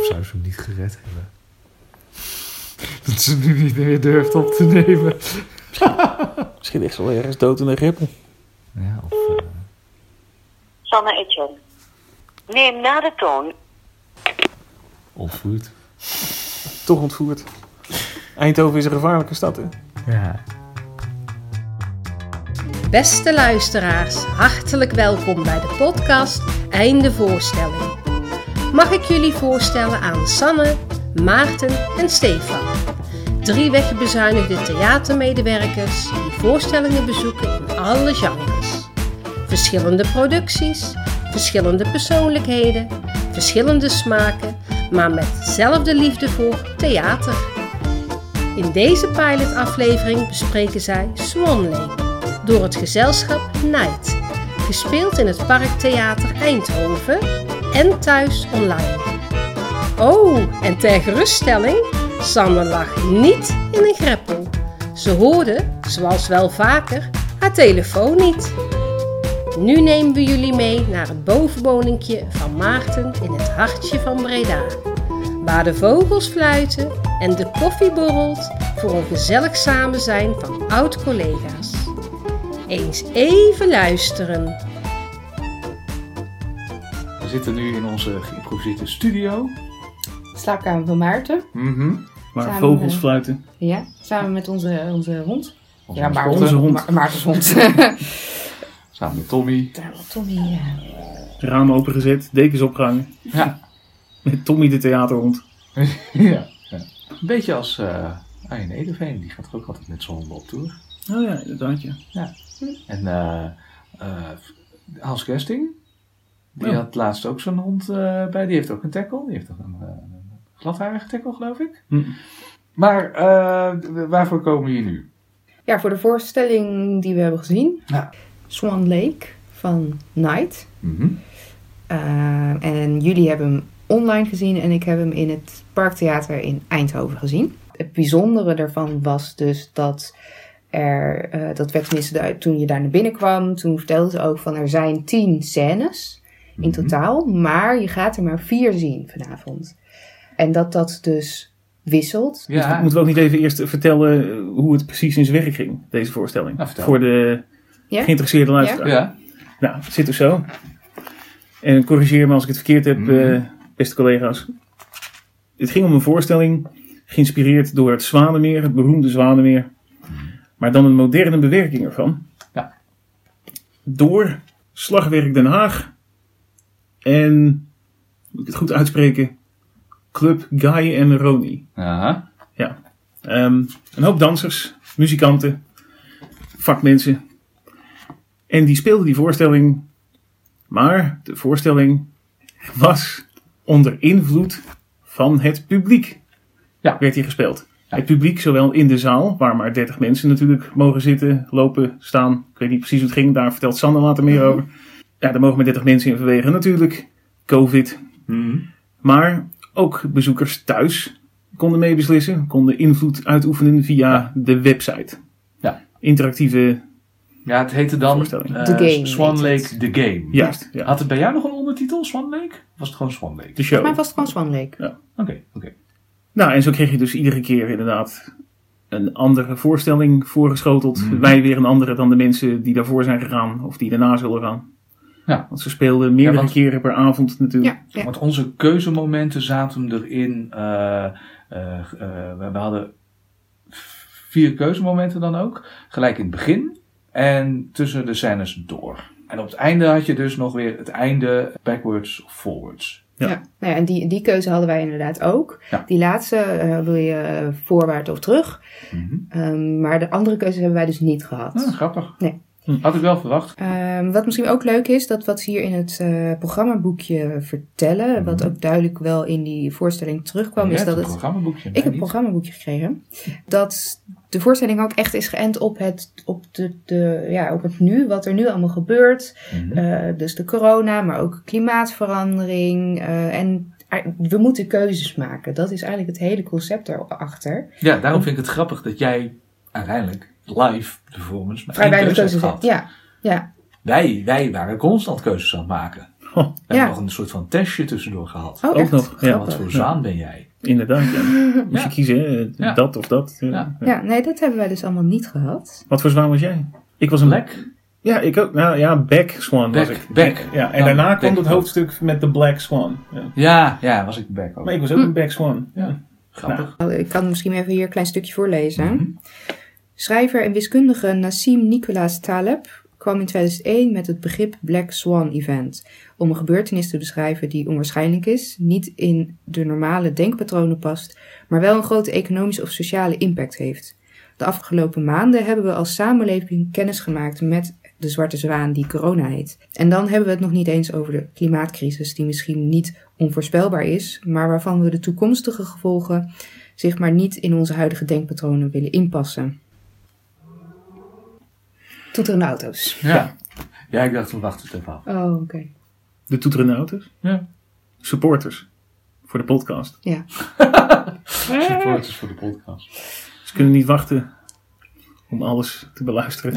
Of zou ze hem niet gered hebben? Dat ze nu niet meer durft op te nemen. Misschien ligt ze wel ergens dood in een rippel. Ja, of... Sanne Etienne. Neem na de toon. Ontvoerd. Toch ontvoerd. Eindhoven is een gevaarlijke stad, hè? Ja. Beste luisteraars, hartelijk welkom bij de podcast Einde Voorstelling. Mag ik jullie voorstellen aan Sanne, Maarten en Stefan. 3 wegbezuinigde theatermedewerkers die voorstellingen bezoeken in alle genres. Verschillende producties, verschillende persoonlijkheden, verschillende smaken, maar met dezelfde liefde voor theater. In deze pilotaflevering bespreken zij Swan Lake door het gezelschap Night, gespeeld in het Parktheater Eindhoven en thuis online. Oh, en ter geruststelling, Sanne lag niet in een greppel. Ze hoorde, zoals wel vaker, haar telefoon niet. Nu nemen we jullie mee naar het bovenwoningje van Maarten in het hartje van Breda, waar de vogels fluiten en de koffie borrelt voor een gezellig samenzijn van oud-collega's. Eens even luisteren. We zitten nu in onze geïmproviseerde studio. Slaapkamer van Maarten. Waar Samen, vogels fluiten. Ja, samen met onze hond. Onze hond. Maartens hond. Samen met Tommy. Tommy, ja. Raam opengezet, dekens opgehangen. Ja. Met Tommy de theaterhond. Ja. Een beetje als Arjen Edeveen. Die gaat ook altijd met zijn honden op tour. Oh ja, inderdaad, ja. En Hans Kesting. Die Oh. had laatst ook zo'n hond bij. Die heeft ook een tackle. Die heeft ook een gladharige tackle, geloof ik. Maar waarvoor komen we hier nu? Ja, voor de voorstelling die we hebben gezien. Ja. Swan Lake van Night. Mhm. En jullie hebben hem online gezien en ik heb hem in het Parktheater in Eindhoven gezien. Het bijzondere daarvan was dus dat dat werd tenminste toen je daar naar binnen kwam, toen vertelden ze ook van er zijn 10 scènes in totaal, maar je gaat er maar 4 zien vanavond. En dat dus wisselt. Ja. Dus moeten we ook niet even eerst vertellen hoe het precies in zijn werk ging, deze voorstelling? Nou, vertel. Voor de geïnteresseerde luisteraar. Ja. Nou, het zit dus zo. En corrigeer me als ik het verkeerd heb, beste collega's. Het ging om een voorstelling geïnspireerd door het Zwanemeer, het beroemde Zwanemeer. Maar dan een moderne bewerking ervan. Ja. Door Slagwerk Den Haag en, moet ik het goed uitspreken, Club Guy en Ronnie. Aha. Ja. Een hoop dansers, muzikanten, vakmensen. En die speelden die voorstelling. Maar de voorstelling was onder invloed van het publiek. Ja. Werd hier gespeeld. Ja. Het publiek, zowel in de zaal, waar maar 30 mensen natuurlijk mogen zitten, lopen, staan. Ik weet niet precies hoe het ging, daar vertelt Sanne later meer over. Ja, daar mogen maar 30 mensen in verwegen natuurlijk. COVID. Maar ook bezoekers thuis konden meebeslissen, konden invloed uitoefenen via de website. Ja. Interactieve. Ja, het heette dan Voorstelling. The Game Swan heet Lake The Game. Juist. Ja. Had het bij jou nog een ondertitel, Swan Lake? Of was het gewoon Swan Lake? De show. Volgens mij was het gewoon Swan Lake. Oké. Nou, en zo kreeg je dus iedere keer inderdaad een andere voorstelling voorgeschoteld. Wij weer een andere dan de mensen die daarvoor zijn gegaan of die daarna zullen gaan. Ja. Want ze speelden meerdere keren per avond natuurlijk. Ja. Want onze keuzemomenten zaten erin. We hadden 4 keuzemomenten dan ook. Gelijk in het begin en tussen de scènes door. En op het einde had je dus nog weer het einde backwards of forwards. Ja. Nou ja, en die keuze hadden wij inderdaad ook. Ja. Die laatste wil je voorwaarts of terug. Maar de andere keuzes hebben wij dus niet gehad. Grappig. Nee. Had ik wel verwacht. Wat misschien ook leuk is, dat wat ze hier in het programmaboekje vertellen, wat ook duidelijk wel in die voorstelling terugkwam, Je is hebt dat een het... programmaboekje. Ik heb een programmaboekje gekregen. Dat de voorstelling ook echt is geënt op het nu, wat er nu allemaal gebeurt. Dus de corona, maar ook klimaatverandering. En we moeten keuzes maken. Dat is eigenlijk het hele concept erachter. Ja, daarom vind ik het grappig dat jij uiteindelijk live performance maar Vrij geen weinig keuze hebt keuzes. gehad. Ja. Wij waren constant keuzes aan het maken. We hebben Ja. nog een soort van testje tussendoor gehad. Oh, Ook echt? nog, ja. Wat voor zwaan ben jij? Inderdaad, ja. Moest je Ja. kiezen, hè? Ja. Dat of dat. Ja. Ja, nee, dat hebben wij dus allemaal niet gehad. Wat voor zwaan was jij? Ik was een... Black? Ja, ik ook. Nou ja, Back Swan was ik. Back. Ja, en Dan daarna kwam Back. het hoofdstuk met de Black Swan. Ja. Ja, was ik back ook. Maar ik was ook een Back Swan. Ja, grappig. Ik kan misschien even hier een klein stukje voorlezen. Mhm. Schrijver en wiskundige Nassim Nicholas Taleb kwam in 2001 met het begrip Black Swan Event om een gebeurtenis te beschrijven die onwaarschijnlijk is, niet in de normale denkpatronen past, maar wel een grote economische of sociale impact heeft. De afgelopen maanden hebben we als samenleving kennis gemaakt met de zwarte zwaan die corona heet. En dan hebben we het nog niet eens over de klimaatcrisis die misschien niet onvoorspelbaar is, maar waarvan we de toekomstige gevolgen zich maar niet in onze huidige denkpatronen willen inpassen. Toeterende auto's. Ja. Ja, ik dacht, we wachten het even af. Oh, oké. De toeterende auto's. Ja. Supporters. Voor de podcast. Ja. Supporters voor de podcast. Ze kunnen niet wachten om alles te beluisteren.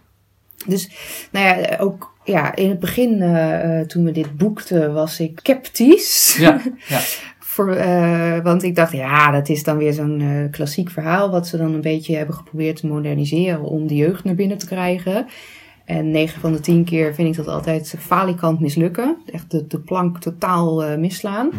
Dus, nou ja, ook ja, in het begin, toen we dit boekten, was ik sceptisch. Ja, ja. Want ik dacht, ja, dat is dan weer zo'n klassiek verhaal wat ze dan een beetje hebben geprobeerd te moderniseren om de jeugd naar binnen te krijgen. En 9 van de 10 keer vind ik dat altijd falikant mislukken. Echt de plank totaal misslaan.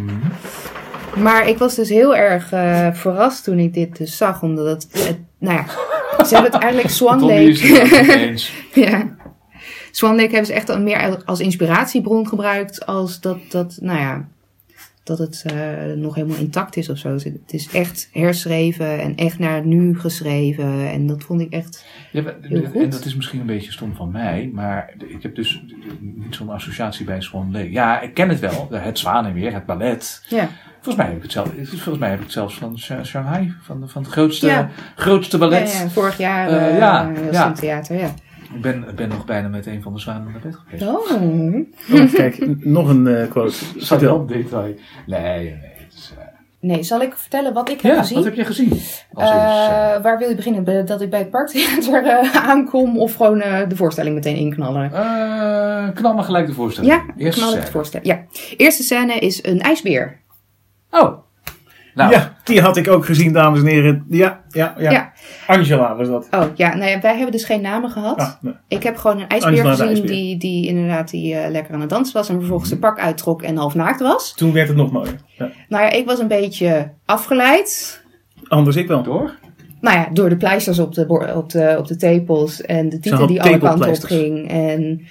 Maar ik was dus heel erg verrast toen ik dit dus zag, omdat het nou ja, ze hebben het eigenlijk Swan Tommy is het Lake... ook niet eens. Ja. Swan Lake hebben ze echt meer als inspiratiebron gebruikt als nou ja, dat het nog helemaal intact is of zo. Het is echt herschreven en echt naar het nu geschreven. En dat vond ik echt heel goed. En dat is misschien een beetje stom van mij, maar ik heb dus niet zo'n associatie bij Swan Lake. Ja, ik ken het wel, het Zwanenmeer, het ballet. Ja. Volgens mij heb ik het zelfs van Shanghai, van het grootste, Ja. grootste ballet. Ja, vorig jaar was ja. in het theater, ja. Ik ben nog bijna met een van de zwanen naar bed geweest. Oh. Oh, kijk, nog een quote. Zat je Vertel. op detail? Nee. Het is, Nee, zal ik vertellen wat ik heb ja, gezien? wat heb je gezien? Als eerst, Waar wil je beginnen? Dat ik bij het Parktheater aankom of gewoon de voorstelling meteen inknallen? knal maar gelijk de voorstelling. Ja, Eerste knal ik scène. het voorstellen. Ja. Eerste scène is een ijsbeer. Oh. Nou, Ja, die had ik ook gezien, dames en heren. Ja. Ja. Angela was dat. Oh ja, nou ja, wij hebben dus geen namen gehad. Ah, nee. Ik heb gewoon een ijsbeer Angela de gezien ijsbeer. die inderdaad lekker aan het dansen was. En vervolgens zijn pak uittrok en half naakt was. Toen werd het nog mooier. Ja. Nou ja, ik was een beetje afgeleid. Anders ik wel. door? Nou ja, door de pleisters op de tepels. En de titel had die alle kanten op tepelpleisters. ging. En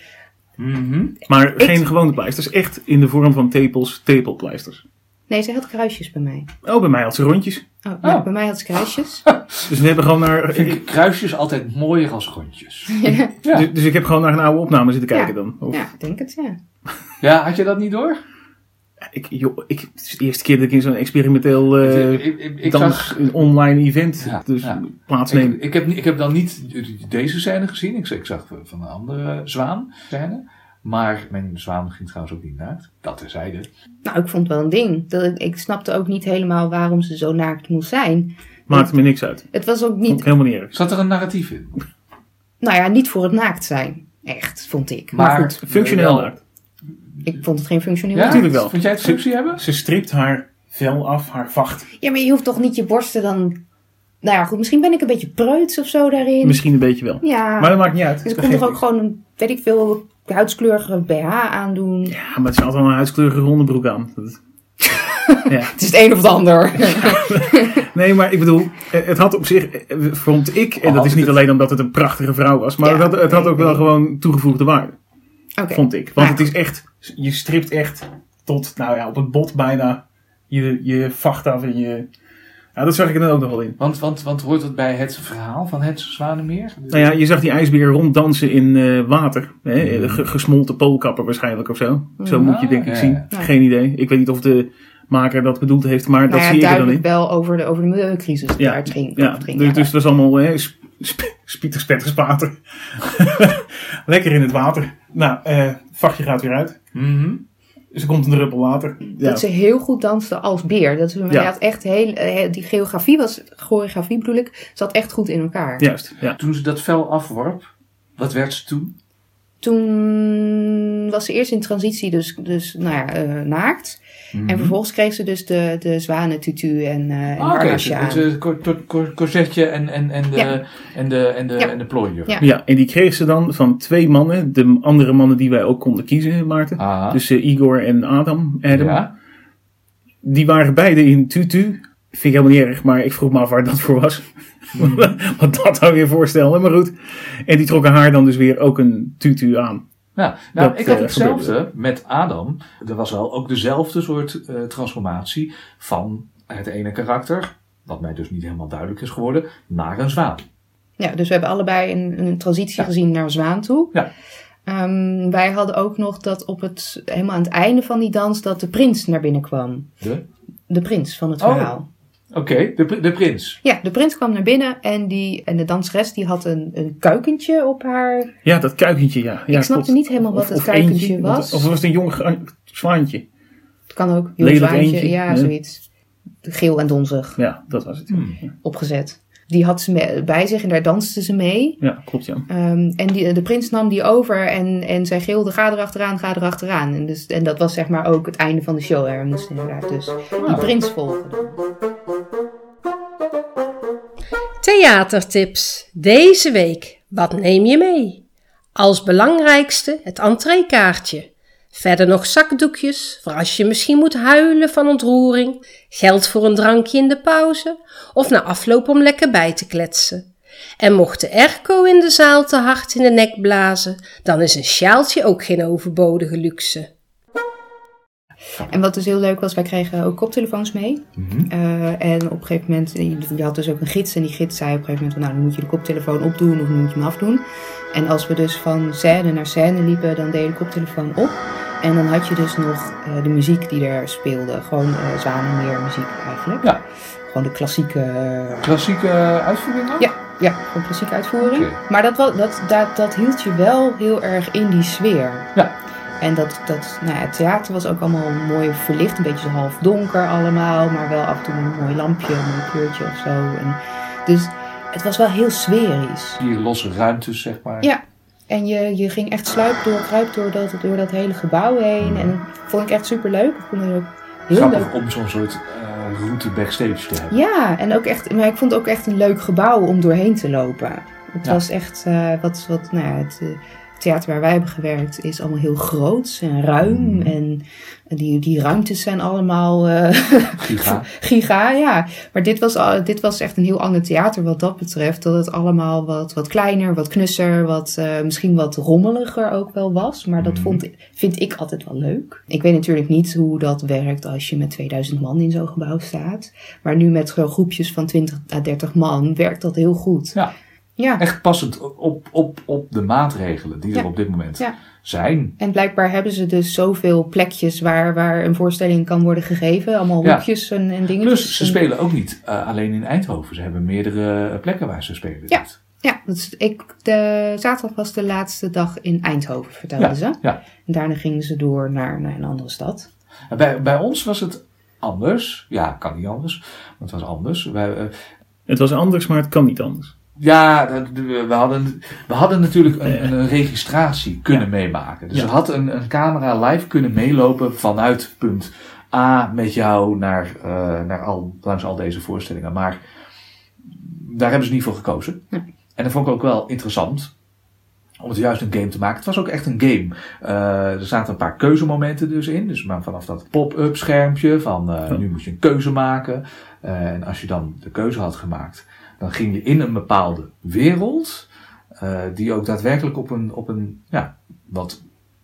Maar geen gewone pleisters. Echt in de vorm van tepelpleisters. nee, ze had kruisjes bij mij. Oh, bij mij had ze rondjes. Oh, nou, bij mij had ze kruisjes. Dus we hebben gewoon naar... Vind ik kruisjes altijd mooier als rondjes. Ja. Dus ik heb gewoon naar een oude opname zitten kijken Ja. dan. Of, Ja, ik denk het, ja. Ja, had je dat niet door? het is de eerste keer dat ik in zo'n experimenteel Ik dans, zag... een online event Ja, dus ja. plaatsneem. Ik heb dan niet deze scène gezien. Ik zag van een andere zwaan scène. Maar mijn zwaan ging trouwens ook niet naakt. Dat terzijde. Nou, ik vond het wel een ding. Ik snapte ook niet helemaal waarom ze zo naakt moest zijn. Maakte me niks uit. Het was ook Vond ik niet, helemaal niet erg. Zat er een narratief in? nou ja, niet voor het naakt zijn. Echt, vond ik. Maar Maar goed, Functioneel wel- naakt. ik vond het geen functioneel. Ja, naakt. natuurlijk wel. Vond jij het functie hebben? Ze stript haar vel af, haar vacht. Ja, maar je hoeft toch niet je borsten dan... Nou ja, goed, misschien ben ik een beetje preuts of zo daarin. Misschien een beetje wel. Ja, Maar dat maakt niet uit. dus ik Dat kon geeft toch ook niks. gewoon een, weet ik veel, huidskleurige BH aandoen. Ja, maar het is altijd wel een huidskleurige onderbroek aan. Ja. Het is het een of het ander. Nee, maar ik bedoel, het had op zich, vond ik, en dat is niet alleen omdat het een prachtige vrouw was, maar Ja, het had ook wel gewoon toegevoegde waarde, Oké. vond ik. Want Ja. het is echt, je stript echt tot, nou ja, op het bot bijna je vacht af en je... Ja, dat zag ik er dan ook nog wel in. Want hoort het bij het verhaal van het Zwanenmeer? Nou ja, je zag die ijsbeer ronddansen in water. Hè? Gesmolten poolkapper waarschijnlijk of zo. Zo moet je denk ik ja, zien. ja. Geen idee. Ik weet niet of de maker dat bedoeld heeft, maar dat Nou ja, zie je er dan duidelijk in. wel over de milieucrisis die Ja, daar het ging. Ja, het ging, dus het was allemaal spieter, spetter, spater. Lekker in het water. Nou, vachtje gaat weer uit. Mhm. Dus er komt een druppel water. Ja. Dat ze heel goed danste als beer. Dat ze, Ja. had echt die choreografie bedoel ik, zat echt goed in elkaar. Juist, ja. Toen ze dat vel afworp, wat werd ze toen? Toen toen was ze eerst in transitie dus naakt. En vervolgens kreeg ze dus de zwanentutu en harnasje aan. Het corsetje en de plooien. Ja. Ja, en die kreeg ze dan van 2 mannen. De andere mannen die wij ook konden kiezen, Maarten. Aha. Dus Igor en Adam. Ja. Die waren beide in tutu. Vind ik helemaal niet erg, maar ik vroeg me af waar dat voor was. Wat dat nou weer voorstelde, maar goed. En die trokken haar dan dus weer ook een tutu aan. Ja, nou, Dat, ik had hetzelfde gebeurde. met Adam. Er was wel ook dezelfde soort transformatie van het ene karakter, wat mij dus niet helemaal duidelijk is geworden, naar een zwaan. Ja, dus we hebben allebei een transitie gezien naar zwaan toe. Ja. Wij hadden ook nog dat helemaal aan het einde van die dans, dat de prins naar binnen kwam. De prins van het verhaal. Oké, de prins. Ja, de prins kwam naar binnen en de danseres die had een kuikentje op haar. Ja, dat kuikentje, ja. Ik snapte niet helemaal wat het kuikentje eentje, was. Of was het een jong zwaantje? Het kan ook, jong Lelijk zwaantje, eentje, ja, ja. zoiets. Geel en donzig Ja, dat was het. opgezet. Die had ze bij zich en daar danste ze mee. Ja, klopt, ja. En de prins nam die over en zij gilde, ga erachteraan. En dat was zeg maar ook het einde van de show. Er moest inderdaad dus die prins volgen. Theatertips. Deze week. Wat neem je mee? Als belangrijkste het entreekaartje. Verder nog zakdoekjes voor als je misschien moet huilen van ontroering. Geld voor een drankje in de pauze. Of na afloop om lekker bij te kletsen. En mocht de airco in de zaal te hard in de nek blazen, dan is een sjaaltje ook geen overbodige luxe. En wat dus heel leuk was, wij kregen ook koptelefoons mee. En op een gegeven moment, je had dus ook een gids. En die gids zei op een gegeven moment, dan moet je de koptelefoon opdoen of dan moet je hem afdoen. En als we dus van scène naar scène liepen, dan deed je de koptelefoon op. En dan had je dus nog de muziek die er speelde. Gewoon Zwanemeer muziek eigenlijk. Ja. Gewoon de klassieke... Klassieke uitvoering ook? Ja, gewoon klassieke uitvoering. Oké. Maar dat hield je wel heel erg in die sfeer. Ja. En het theater was ook allemaal mooi verlicht. Een beetje zo half donker allemaal. Maar wel af en toe een mooi lampje, een mooi kleurtje of zo. En dus het was wel heel sferisch. Die losse ruimtes, zeg maar. Ja. En je ging echt kruip door dat hele gebouw heen. En dat vond ik echt super leuk. Ik vond het ook heel Grappig leuk. om zo'n soort route backstage te hebben. Ja, en ook echt, maar ik vond het ook echt een leuk gebouw om doorheen te lopen. Het was echt het theater waar wij hebben gewerkt is allemaal heel groot en ruim. En die ruimtes zijn allemaal giga, ja. Maar dit was echt een heel ander theater wat dat betreft. Dat het allemaal wat kleiner, wat knusser, misschien wat rommeliger ook wel was. Maar dat vind ik altijd wel leuk. Ik weet natuurlijk niet hoe dat werkt als je met 2000 man in zo'n gebouw staat. Maar nu met groepjes van 20 à 30 man werkt dat heel goed. Ja. Echt passend op de maatregelen die er op dit moment zijn. En blijkbaar hebben ze dus zoveel plekjes waar een voorstelling kan worden gegeven. Allemaal hoekjes en dingetjes. Plus, ze spelen ook niet alleen in Eindhoven. Ze hebben meerdere plekken waar ze spelen. Ja, zaterdag was de laatste dag in Eindhoven, vertelden ze. Ja. En daarna gingen ze door naar een andere stad. Bij ons was het anders. Ja, kan niet anders. Maar het was anders. Het was anders, maar het kan niet anders. Ja, we hadden natuurlijk een registratie kunnen meemaken. Dus er had een camera live kunnen meelopen vanuit punt A met jou langs al deze voorstellingen. Maar daar hebben ze niet voor gekozen. Ja. En dat vond ik ook wel interessant. Om het juist een game te maken. Het was ook echt een game. Er zaten een paar keuzemomenten dus in. Dus maar vanaf dat pop-up schermpje van nu moet je een keuze maken. En als je dan de keuze had gemaakt, dan ging je in een bepaalde wereld. Die ook daadwerkelijk op een wat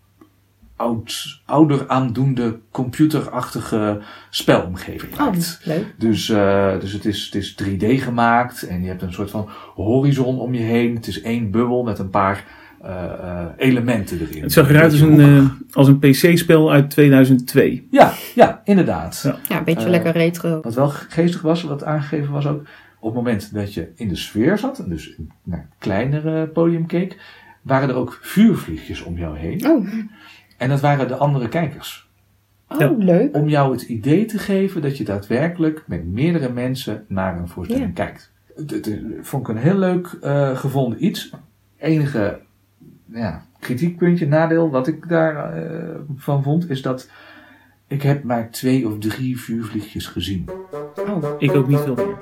ouder aandoende computerachtige spelomgeving lijkt. Leuk. Dus het is 3D gemaakt. En je hebt een soort van horizon om je heen. Het is één bubbel met een paar elementen erin. Het zag eruit als een PC-spel uit 2002. Ja, inderdaad. Ja, een beetje lekker retro. Wat wel geestig was, wat aangegeven was ook, op het moment dat je in de sfeer zat, en dus naar een kleinere podium keek, waren er ook vuurvliegjes om jou heen. Oh. En dat waren de andere kijkers. Oh, leuk. Om jou het idee te geven dat je daadwerkelijk met meerdere mensen naar een voorstelling kijkt. Dat vond ik een heel leuk gevonden iets. Enige kritiekpuntje, nadeel, wat ik daar van vond, is dat ik heb maar 2 of 3 vuurvliegjes gezien. Oh, ik ook niet veel meer.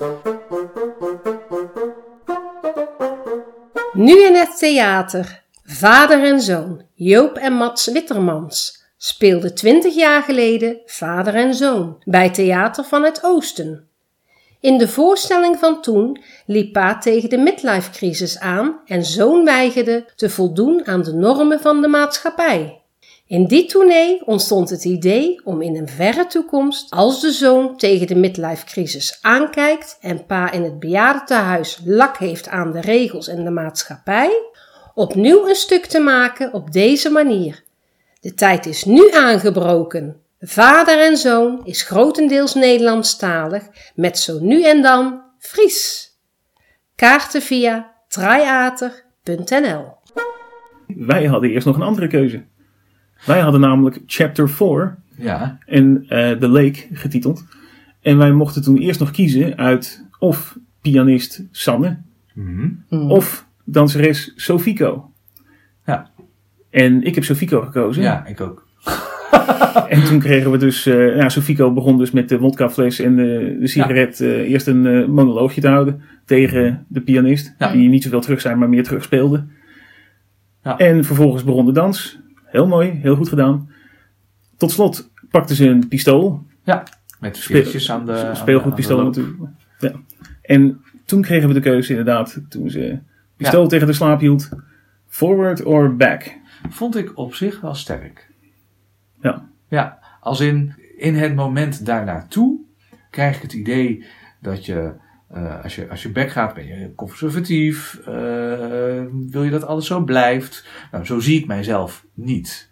Nu in het theater. Vader en zoon, Joop en Mats Wittermans, speelden 20 jaar geleden vader en zoon bij Theater van het Oosten. In de voorstelling van toen liep pa tegen de midlife-crisis aan en zoon weigerde te voldoen aan de normen van de maatschappij. In die tournee ontstond het idee om in een verre toekomst, als de zoon tegen de midlife-crisis aankijkt en pa in het bejaardentehuis lak heeft aan de regels en de maatschappij, opnieuw een stuk te maken op deze manier. De tijd is nu aangebroken. Vader en zoon is grotendeels Nederlandstalig met zo nu en dan Fries. Kaarten via triater.nl. Wij hadden eerst nog een andere keuze. Wij hadden namelijk Chapter 4 en The Lake getiteld. En wij mochten toen eerst nog kiezen uit of pianist Sanne of danseres Sofico. Ja. En ik heb Sofico gekozen. Ja, ik ook. En toen kregen we dus... Sofico begon dus met de wodkafles en de sigaret eerst een monoloogje te houden tegen de pianist. Ja. Die niet zoveel terug zei, maar meer terug speelde. Ja. En vervolgens begon de dans. Heel mooi, heel goed gedaan. Tot slot pakte ze een pistool. Ja, met veertjes aan de... Speelgoedpistool aan de natuurlijk. Ja. En toen kregen we de keuze inderdaad, toen ze pistool tegen de slaap hield. Forward or back? Vond ik op zich wel sterk. Ja. Ja, als in het moment daarnaartoe krijg ik het idee dat je, als je back gaat, ben je conservatief. Wil je dat alles zo blijft? Nou, zo zie ik mijzelf niet.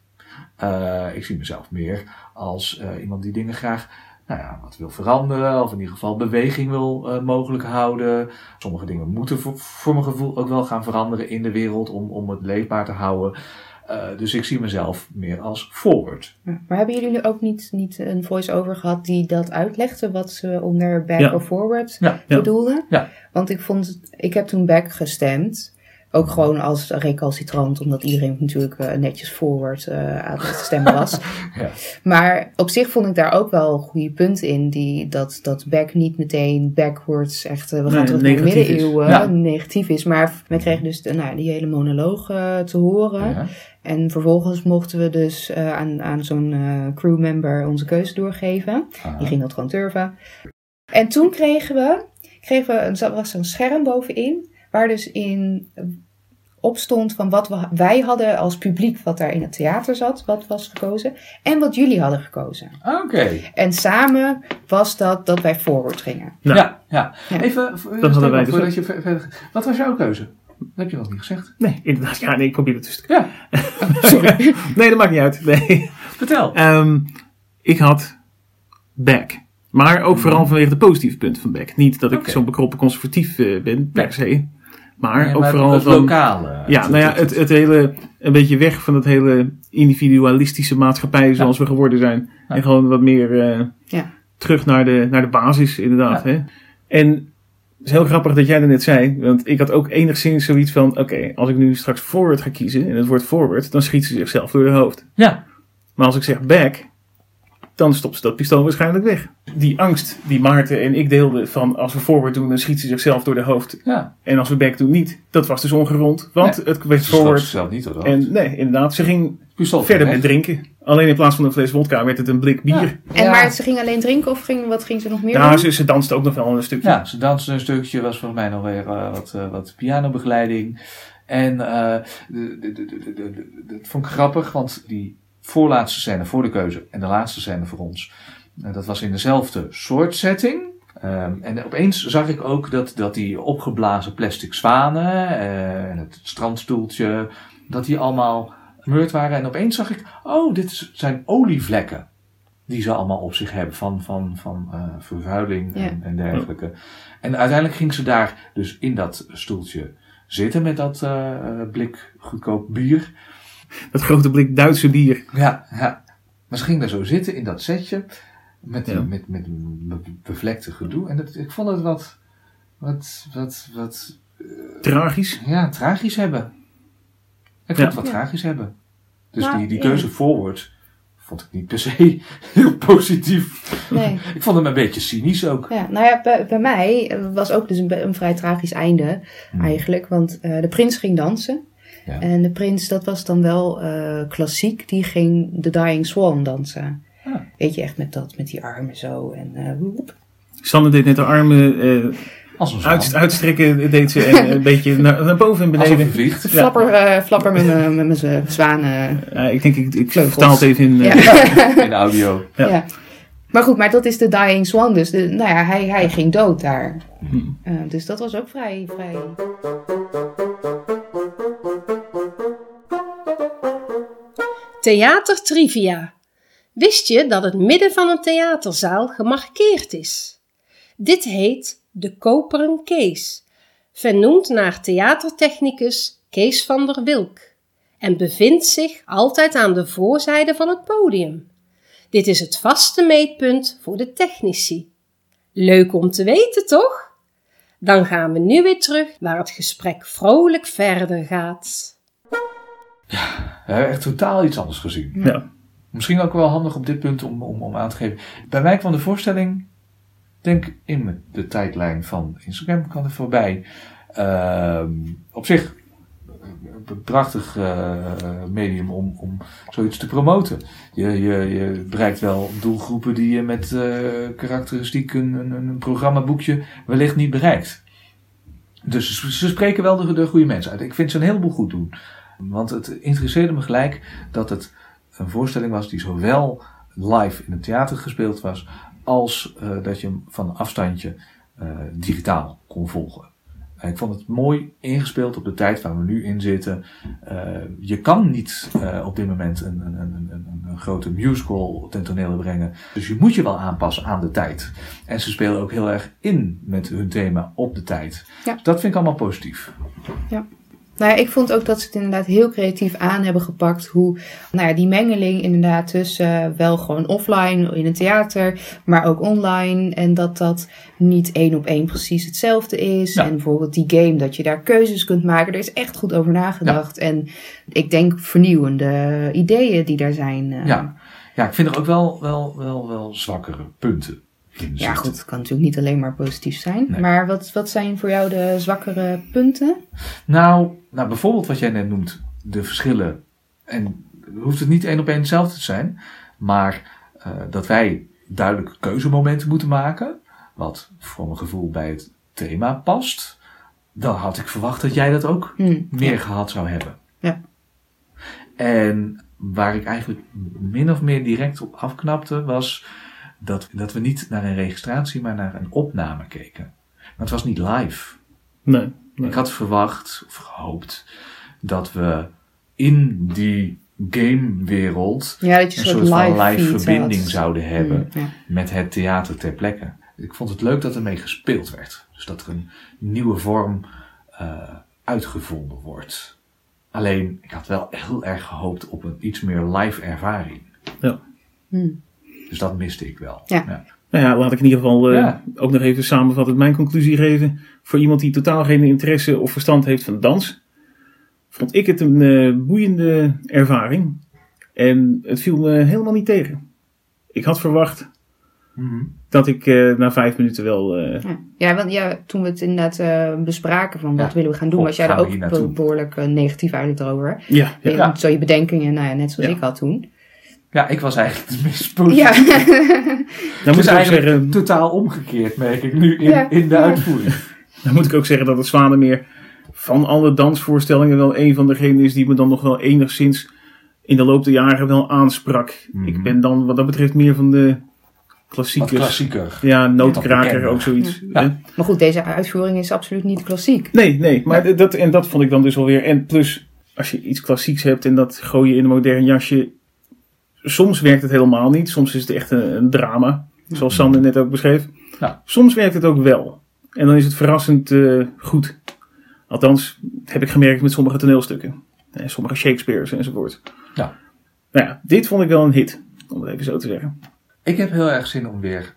Ik zie mezelf meer als iemand die dingen graag wat wil veranderen. Of in ieder geval beweging wil mogelijk houden. Sommige dingen moeten voor mijn gevoel ook wel gaan veranderen in de wereld om het leefbaar te houden. Dus ik zie mezelf meer als forward. Maar hebben jullie ook niet een voice-over gehad die dat uitlegde, wat ze onder back of forward bedoelden? Ja. Want ik heb toen back gestemd. Ook gewoon als recalcitrant, omdat iedereen natuurlijk netjes forward aan het stemmen was. Ja. Maar op zich vond ik daar ook wel goede punten in. Dat back niet meteen backwards echt, we gaan terug naar de middeleeuwen, negatief is. Maar we kregen dus die hele monoloog te horen. Ja. En vervolgens mochten we dus aan zo'n crewmember onze keuze doorgeven. Aha. Die ging dat gewoon turven. En toen kregen we was er een scherm bovenin, waar dus in opstond van wat wij hadden als publiek, wat daar in het theater zat, wat was gekozen, en wat jullie hadden gekozen. Oké. En samen was dat wij forward gingen. Ja. Even, voordat je verder... Wat was jouw keuze? Dat heb je nog niet gezegd. Nee, inderdaad. Ja, nee, ik probeer het dus. Ja. Sorry. Nee, dat maakt niet uit. Nee. Vertel. Ik had back. Maar ook vooral vanwege de positieve punten van back. Niet dat ik zo'n bekroppen conservatief ben, per se. Maar ook vooral het lokale. Het hele, een beetje weg van het hele individualistische maatschappij zoals we geworden zijn. Ja. En gewoon wat meer terug naar de basis, inderdaad. Ja. Hè? En het is heel grappig dat jij dat net zei. Want ik had ook enigszins zoiets van, oké, als ik nu straks forward ga kiezen en het wordt forward, dan schiet ze zichzelf door de hoofd. Ja. Maar als ik zeg back, dan stopt ze dat pistool waarschijnlijk weg. Die angst die Maarten en ik deelden van als we forward doen, dan schiet ze zichzelf door de hoofd. Ja. En als we back doen niet. Dat was dus ongerond. Want het werd forward. Ze niet door de hoofd. En nee, inderdaad. Ze ging verder met drinken. Alleen in plaats van een fles wodka werd het een blik bier. Ja. Maar ze ging alleen drinken of wat ging ze nog meer doen? Ze danste ook nog wel een stukje. Ja, ze danste een stukje. Was volgens mij nog weer wat pianobegeleiding. En dat vond ik grappig, want die voorlaatste scène voor de keuze en de laatste scène voor ons, dat was in dezelfde soort setting. En opeens zag ik ook dat die opgeblazen plastic zwanen en het strandstoeltje, dat die allemaal gebeurd waren. En opeens zag ik, dit zijn olievlekken die ze allemaal op zich hebben van vervuiling en dergelijke. En uiteindelijk ging ze daar dus in dat stoeltje zitten met dat blik goedkoop bier. Dat grote blik Duitse bier. Ja. Maar ze ging daar zo zitten in dat setje. Met bevlekte gedoe. En ik vond het wat tragisch? Ja, tragisch hebben. Ik vond het wat tragisch hebben. Dus die keuze Forward vond ik niet per se heel positief. Nee. Ik vond hem een beetje cynisch ook. Ja, nou ja, bij mij was ook dus een vrij tragisch einde eigenlijk. Want de prins ging dansen. Ja. En de prins, dat was dan wel klassiek. Die ging The Dying Swan dansen. Ah. Weet je, echt met die armen zo. En Sanne deed net de armen uitstrekken deed ze en een beetje naar boven en beneden. Flapper met mijn zwanen. Ik denk, ik vertaal het even in, in audio. Ja. Ja. Maar goed, maar dat is de Dying Swan dus. Hij ging dood daar. Dus dat was ook vrij... Theatertrivia. Wist je dat het midden van een theaterzaal gemarkeerd is? Dit heet de Koperen Kees, vernoemd naar theatertechnicus Kees van der Wilk, en bevindt zich altijd aan de voorzijde van het podium. Dit is het vaste meetpunt voor de technici. Leuk om te weten, toch? Dan gaan we nu weer terug waar het gesprek vrolijk verder gaat. Ja, we hebben echt totaal iets anders gezien. Ja. Misschien ook wel handig op dit punt om aan te geven. Bij mij kwam de voorstelling, denk in de tijdlijn van Instagram, kwam er voorbij. Op zich een prachtig medium om zoiets te promoten. Je bereikt wel doelgroepen die je met karakteristiek een programmaboekje wellicht niet bereikt. Dus ze spreken wel de goede mensen uit. Ik vind ze een heleboel goed doen. Want het interesseerde me gelijk dat het een voorstelling was die zowel live in het theater gespeeld was, als dat je hem van een afstandje digitaal kon volgen. Ik vond het mooi ingespeeld op de tijd waar we nu in zitten. Je kan niet op dit moment een grote musical ten tonele brengen. Dus je moet je wel aanpassen aan de tijd. En ze spelen ook heel erg in met hun thema op de tijd. Ja. Dus dat vind ik allemaal positief. Ja. Nou ja, ik vond ook dat ze het inderdaad heel creatief aan hebben gepakt. Hoe, die mengeling inderdaad tussen wel gewoon offline in een theater, maar ook online. En dat niet 1 op 1 precies hetzelfde is. Ja. En bijvoorbeeld die game, dat je daar keuzes kunt maken. Er is echt goed over nagedacht. Ja. En ik denk vernieuwende ideeën die daar zijn. Ja, ik vind er ook wel zwakkere punten. Ja goed, het kan natuurlijk niet alleen maar positief zijn. Nee. Maar wat zijn voor jou de zwakkere punten? Nou, bijvoorbeeld wat jij net noemt, de verschillen. En hoeft het niet 1 op 1 hetzelfde te zijn. Maar dat wij duidelijke keuzemomenten moeten maken. Wat voor mijn gevoel bij het thema past. Dan had ik verwacht dat jij dat ook meer gehad zou hebben. Ja. En waar ik eigenlijk min of meer direct op afknapte was dat we niet naar een registratie, maar naar een opname keken. Maar het was niet live. Nee. Ik had verwacht, of gehoopt, dat we in die gamewereld een soort van live verbinding zouden hebben met het theater ter plekke. Ik vond het leuk dat ermee gespeeld werd. Dus dat er een nieuwe vorm uitgevonden wordt. Alleen, ik had wel heel erg gehoopt op een iets meer live ervaring. Ja. Dus dat miste ik wel. Ja. Nou ja, laat ik in ieder geval ook nog even samenvattend mijn conclusie geven. Voor iemand die totaal geen interesse of verstand heeft van dans, vond ik het een boeiende ervaring. En het viel me helemaal niet tegen. Ik had verwacht dat ik na 5 minuten wel... Want toen we het inderdaad bespraken van wat willen we gaan doen, was jij daar ook behoorlijk negatief eigenlijk erover. Ja. Zo je bedenkingen, net zoals ik had toen. Ja, ik was eigenlijk de meest positief. Ja. Dan moet ik eigenlijk zeggen, totaal omgekeerd, merk ik nu in de uitvoering. Dan moet ik ook zeggen dat het Zwanemeer van alle dansvoorstellingen wel een van degenen is die me dan nog wel enigszins in de loop der jaren wel aansprak. Ik ben dan wat dat betreft meer van de klassiekers. Wat klassieker. Ja, nootkraker, ook zoiets. Ja. Maar goed, deze uitvoering is absoluut niet klassiek. Nee, maar dat vond ik dan dus alweer. En plus, als je iets klassieks hebt en dat gooi je in een modern jasje, soms werkt het helemaal niet. Soms is het echt een drama. Zoals Sander net ook beschreef. Ja. Soms werkt het ook wel. En dan is het verrassend goed. Althans, dat heb ik gemerkt met sommige toneelstukken. En sommige Shakespeare's enzovoort. Ja. Nou ja, dit vond ik wel een hit. Om het even zo te zeggen. Ik heb heel erg zin om weer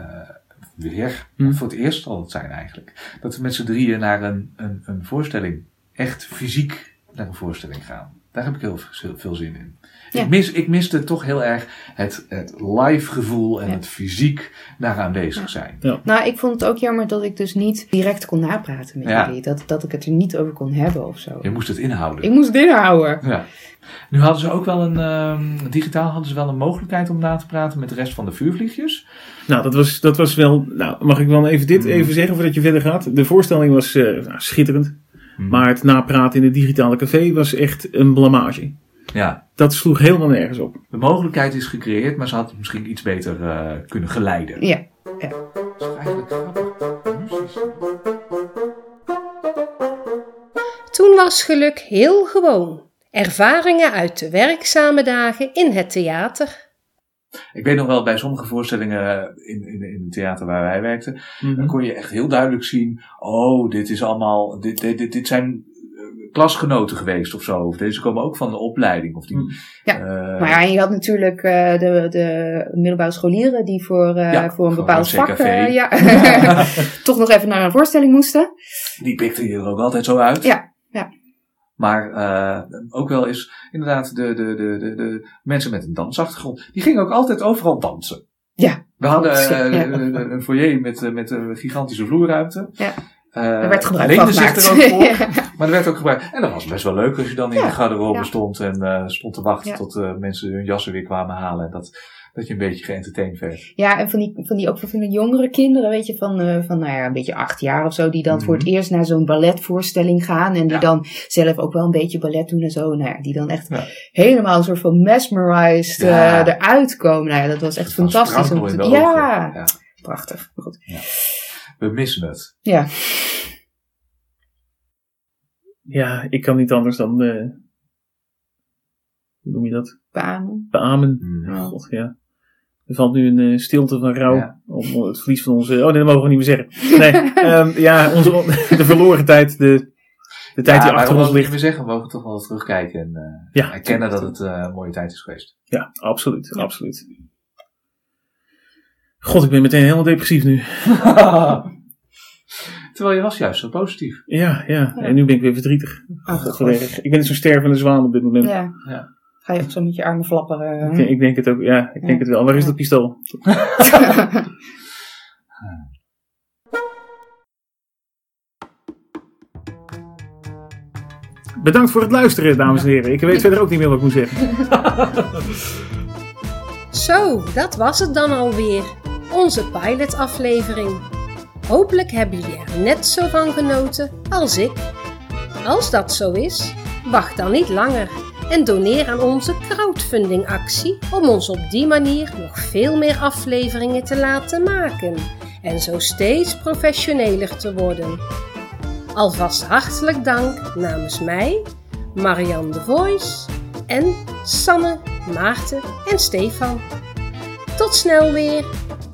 voor het eerst zal het zijn eigenlijk, dat we met z'n drieën naar een voorstelling, echt fysiek naar een voorstelling gaan. Daar heb ik heel veel zin in. Ja. Ik miste toch heel erg het live gevoel en het fysiek daar aanwezig zijn. Ja. Nou, ik vond het ook jammer dat ik dus niet direct kon napraten met jullie. Dat ik het er niet over kon hebben of zo. Je moest het inhouden. Ik moest het inhouden. Ja. Nu hadden ze ook wel digitaal hadden ze wel een mogelijkheid om na te praten met de rest van de vuurvliegjes. Nou, dat was wel... Nou, mag ik wel even dit even zeggen voordat je verder gaat? De voorstelling was schitterend. Maar het napraten in het digitale café was echt een blamage. Ja. Dat sloeg helemaal nergens op. De mogelijkheid is gecreëerd, maar ze had het misschien iets beter kunnen geleiden. Ja. Dat is eigenlijk grappig. Toen was geluk heel gewoon. Ervaringen uit de werkzame dagen in het theater. Ik weet nog wel, bij sommige voorstellingen in het theater waar wij werkten, dan kon je echt heel duidelijk zien, dit is allemaal, dit zijn klasgenoten geweest of zo. Of deze komen ook van de opleiding. Of die, Maar ja, je had natuurlijk de middelbare scholieren die voor een bepaald vak toch nog even naar een voorstelling moesten. Die pikten je er ook altijd zo uit. Ja. Maar ook wel is inderdaad de mensen met een dansachtergrond, die gingen ook altijd overal dansen. Ja. We hadden een foyer met een gigantische vloerruimte. Ja. Er werd gebruik leende van zich er ook voor. Maar er werd ook gebruikt. En dat was best wel leuk als je dan in de garderobe stond en stond te wachten tot mensen hun jassen weer kwamen halen. En dat je een beetje geëntertained werd. Ja, en van die jongere kinderen, weet je, van een beetje 8 jaar of zo, die dan voor het eerst naar zo'n balletvoorstelling gaan en die dan zelf ook wel een beetje ballet doen en zo. Nou ja, die dan echt helemaal een soort van mesmerized eruit komen. Nou ja, dat was echt fantastisch. Ja, prachtig. Goed. Ja. We missen het. Ja. Ja, ik kan niet anders dan... hoe noem je dat? Beamen. God, ja. Er valt nu een stilte van rouw om het verlies van onze... dat mogen we niet meer zeggen. Nee, de verloren tijd, de tijd die achter ons ligt. We zeggen, we mogen toch wel terugkijken en erkennen dat het een mooie tijd is geweest. Ja, absoluut, absoluut. God, ik ben meteen helemaal depressief nu. Terwijl je was juist zo positief. Ja. En nu ben ik weer verdrietig. Ik ben zo'n stervende zwaan op dit moment. Ja. Ga je zo met je armen flapperen? Ik denk het ook, ik denk het wel. Waar is dat pistool? Bedankt voor het luisteren, dames en heren. Ik weet verder ook niet meer wat ik moet zeggen. Zo, dat was het dan alweer. Onze pilotaflevering. Hopelijk hebben jullie er net zo van genoten als ik. Als dat zo is, wacht dan niet langer en doneer aan onze crowdfundingactie om ons op die manier nog veel meer afleveringen te laten maken en zo steeds professioneler te worden. Alvast hartelijk dank namens mij, Marianne de Voice en Sanne, Maarten en Stefan. Tot snel weer!